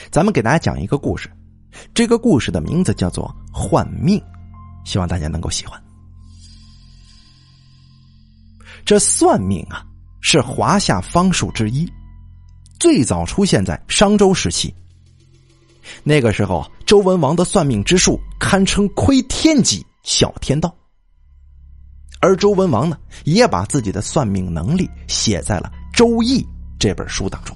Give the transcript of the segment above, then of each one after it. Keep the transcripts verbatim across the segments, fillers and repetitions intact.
咱们给大家讲一个故事，这个故事的名字叫做换命，希望大家能够喜欢。这算命啊，是华夏方术之一，最早出现在商周时期。那个时候周文王的算命之术堪称窥天机小天道，而周文王呢，也把自己的算命能力写在了《周易》这本书当中。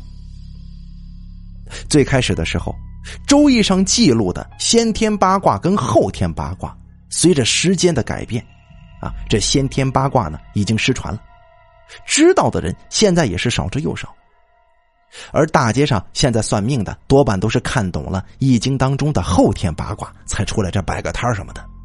最开始的时候，周易上记录的先天八卦跟后天八卦，随着时间的改变啊，这先天八卦呢已经失传了，知道的人现在也是少之又少。而大街上现在算命的多半都是看懂了易经当中的后天八卦才出来这摆个摊什么的。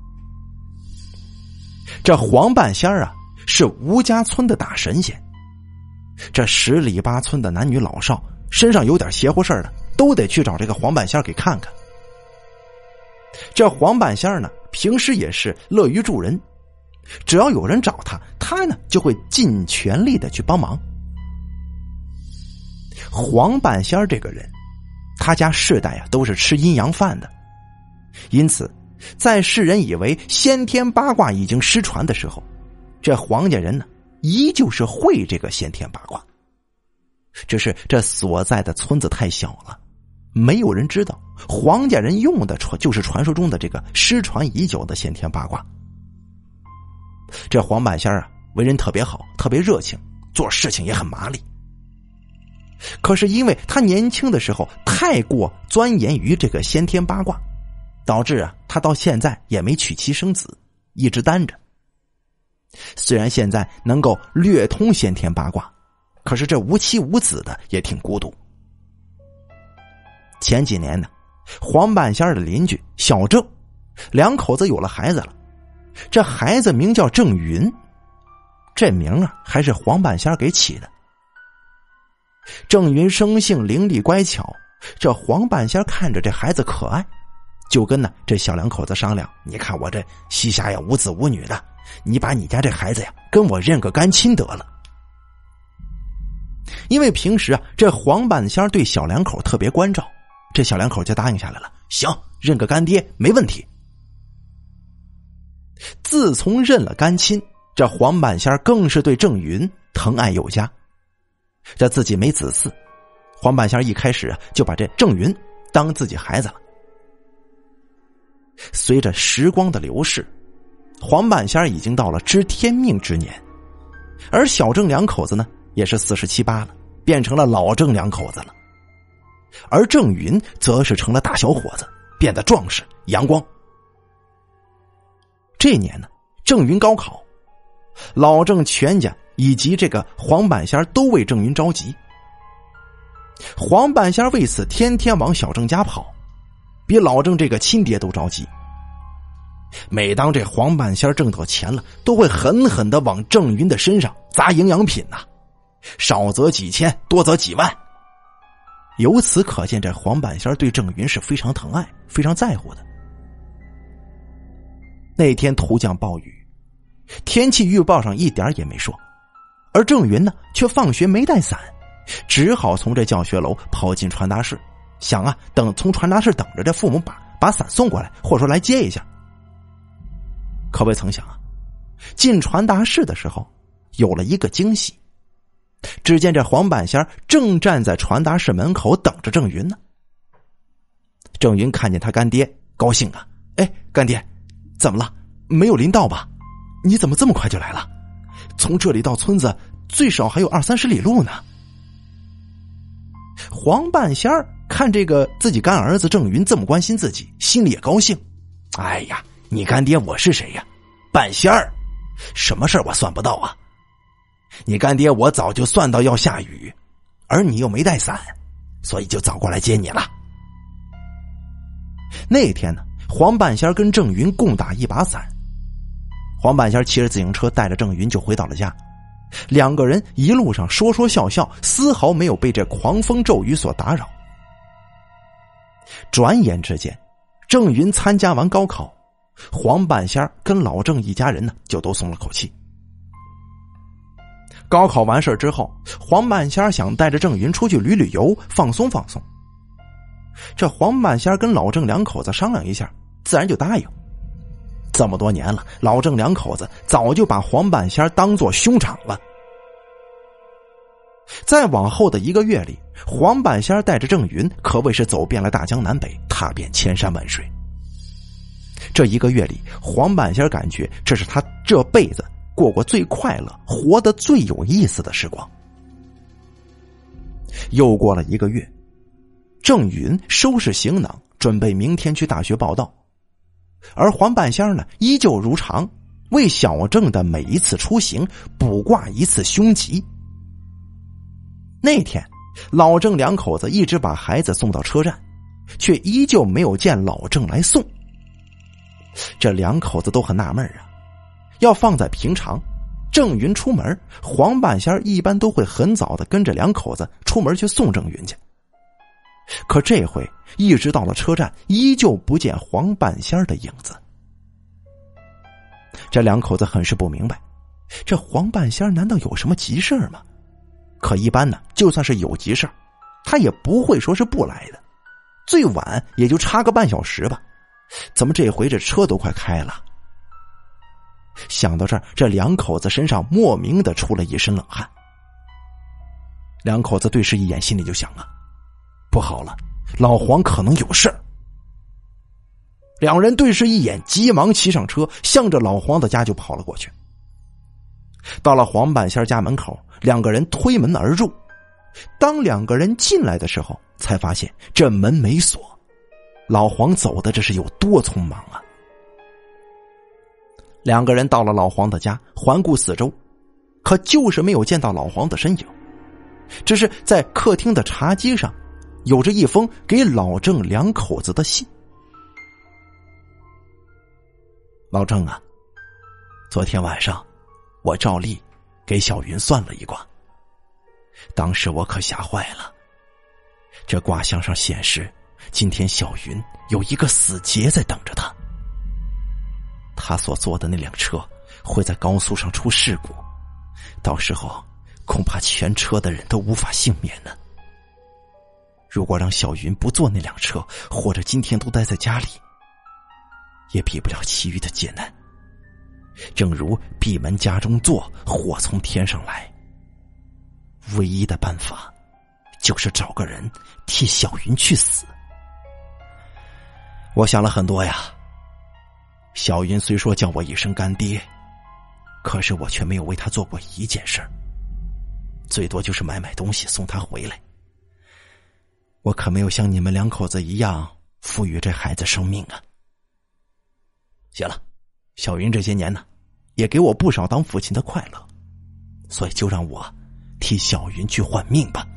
这黄半仙啊，是吴家村的大神仙，这十里八村的男女老少身上有点邪乎事儿的，都得去找这个黄半仙给看看。这黄半仙呢，平时也是乐于助人，只要有人找他，他呢就会尽全力的去帮忙。黄半仙这个人，他家世代啊都是吃阴阳饭的，因此在世人以为先天八卦已经失传的时候，这黄家人呢依旧是会这个先天八卦，只是这所在的村子太小了，没有人知道黄家人用的就是传说中的这个失传已久的先天八卦。这黄半仙啊为人特别好，特别热情，做事情也很麻利。可是因为他年轻的时候太过钻研于这个先天八卦，导致啊他到现在也没娶妻生子，一直单着。虽然现在能够略通先天八卦，可是这无妻无子的也挺孤独。前几年呢，黄半仙的邻居小郑两口子有了孩子了，这孩子名叫郑云，这名啊还是黄半仙给起的。郑云生性伶俐乖巧，这黄半仙看着这孩子可爱，就跟呢这小两口子商量，你看我这膝下呀无子无女的，你把你家这孩子呀跟我认个干亲得了。因为平时啊这黄半仙对小两口特别关照，这小两口就答应下来了，行，认个干爹没问题。自从认了干亲，这黄半仙更是对郑云疼爱有加。这自己没子嗣，黄半仙一开始啊就把这郑云当自己孩子了。随着时光的流逝，黄半仙已经到了知天命之年，而小郑两口子呢也是四十七八了，变成了老郑两口子了。而郑云则是成了大小伙子，变得壮实阳光。这年呢，郑云高考，老郑全家以及这个黄半仙都为郑云着急。黄半仙为此天天往小郑家跑，比老郑这个亲爹都着急。每当这黄半仙挣到钱了，都会狠狠地往郑云的身上砸营养品呐、啊，少则几千，多则几万。由此可见，这黄半仙对郑云是非常疼爱，非常在乎的。那天突降暴雨，天气预报上一点也没说，而郑云呢却放学没带伞，只好从这教学楼跑进传达室，想啊等从传达室等着这父母把把伞送过来，或者说来接一下。可未曾想啊，进传达室的时候有了一个惊喜。只见这黄半仙正站在传达室门口等着郑云呢。郑云看见他干爹，高兴啊，哎，干爹怎么了？没有淋到吧？你怎么这么快就来了？从这里到村子最少还有二三十里路呢。黄半仙看这个自己干儿子郑云这么关心自己，心里也高兴。哎呀，你干爹我是谁呀？半仙儿，什么事儿我算不到啊？你干爹我早就算到要下雨，而你又没带伞，所以就早过来接你了。那天呢，黄半仙跟郑云共打一把伞。黄半仙骑着自行车带着郑云就回到了家，两个人一路上说说笑笑，丝毫没有被这狂风骤雨所打扰。转眼之间，郑云参加完高考，黄半仙跟老郑一家人呢就都松了口气。高考完事之后，黄半仙想带着郑云出去旅旅游，放松放松。 这黄半仙跟老郑两口子商量一下，自然就答应。这么多年了，老郑两口子早就把黄半仙当作兄长了。在往后的一个月里，黄半仙带着郑云可谓是走遍了大江南北，踏遍千山万水。这一个月里，黄半仙感觉这是他这辈子过过最快乐、活得最有意思的时光。又过了一个月，郑云收拾行囊，准备明天去大学报到，而黄半仙呢，依旧如常为小郑的每一次出行卜卦一次凶吉。那天，老郑两口子一直把孩子送到车站，却依旧没有见老郑来送。这两口子都很纳闷啊。要放在平常，郑云出门，黄半仙一般都会很早的跟着两口子出门去送郑云去。可这回一直到了车站，依旧不见黄半仙的影子。这两口子很是不明白，这黄半仙难道有什么急事吗？可一般呢，就算是有急事，他也不会说是不来的，最晚也就差个半小时吧。怎么这回这车都快开了？想到这儿，这两口子身上莫名的出了一身冷汗。两口子对视一眼，心里就想啊，不好了，老黄可能有事儿。两人对视一眼，急忙骑上车，向着老黄的家就跑了过去。到了黄半仙家门口，两个人推门而入。当两个人进来的时候，才发现这门没锁。老黄走的这是有多匆忙啊！两个人到了老黄的家，环顾四周，可就是没有见到老黄的身影。只是在客厅的茶几上，有着一封给老郑两口子的信。老郑啊，昨天晚上我照例给小云算了一卦，当时我可吓坏了。这卦象上显示，今天小云有一个死劫在等着他，他所坐的那辆车会在高速上出事故，到时候恐怕全车的人都无法幸免呢。如果让小云不坐那辆车，或者今天都待在家里，也避不了其余的劫难。正如闭门家中坐，祸从天上来，唯一的办法就是找个人替小云去死。我想了很多呀，小云虽说叫我一声干爹，可是我却没有为她做过一件事儿，最多就是买买东西送她回来。我可没有像你们两口子一样赋予这孩子生命啊。行了，小云这些年呢，也给我不少当父亲的快乐，所以就让我替小云去换命吧。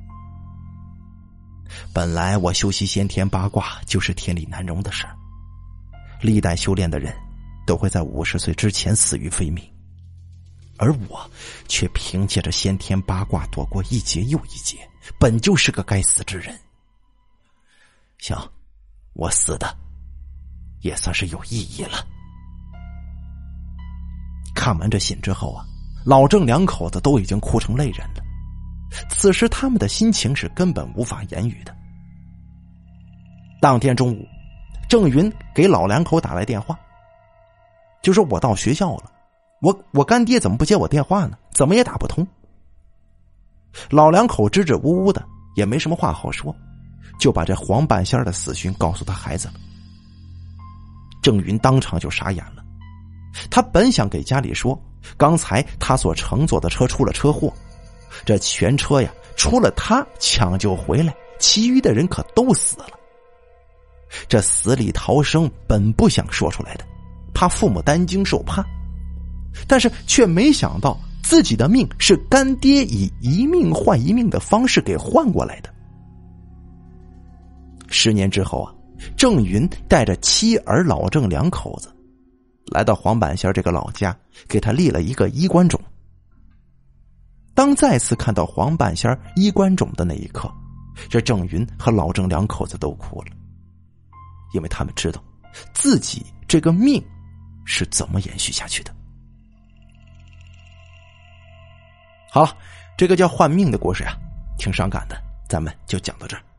本来我修习先天八卦就是天理难容的事儿，历代修炼的人都会在五十岁之前死于非命，而我却凭借着先天八卦躲过一劫又一劫，本就是个该死之人。行，我死的也算是有意义了。看完这信之后啊，老郑两口子都已经哭成泪人了。此时他们的心情是根本无法言语的。当天中午，郑云给老两口打来电话，就说我到学校了，我我干爹怎么不接我电话呢？怎么也打不通。老两口支支吾吾的，也没什么话好说，就把这黄半仙的死讯告诉他孩子了。郑云当场就傻眼了，他本想给家里说，刚才他所乘坐的车出了车祸，这全车呀，除了他抢救回来，其余的人可都死了。这死里逃生本不想说出来的，怕父母担惊受怕，但是却没想到自己的命是干爹以一命换一命的方式给换过来的。十年之后啊，郑云带着妻儿老郑两口子来到黄半仙这个老家，给他立了一个衣冠冢。当再次看到黄半仙衣冠冢的那一刻，这郑云和老郑两口子都哭了，因为他们知道自己这个命是怎么延续下去的。好了，这个叫换命的故事啊，挺伤感的，咱们就讲到这儿。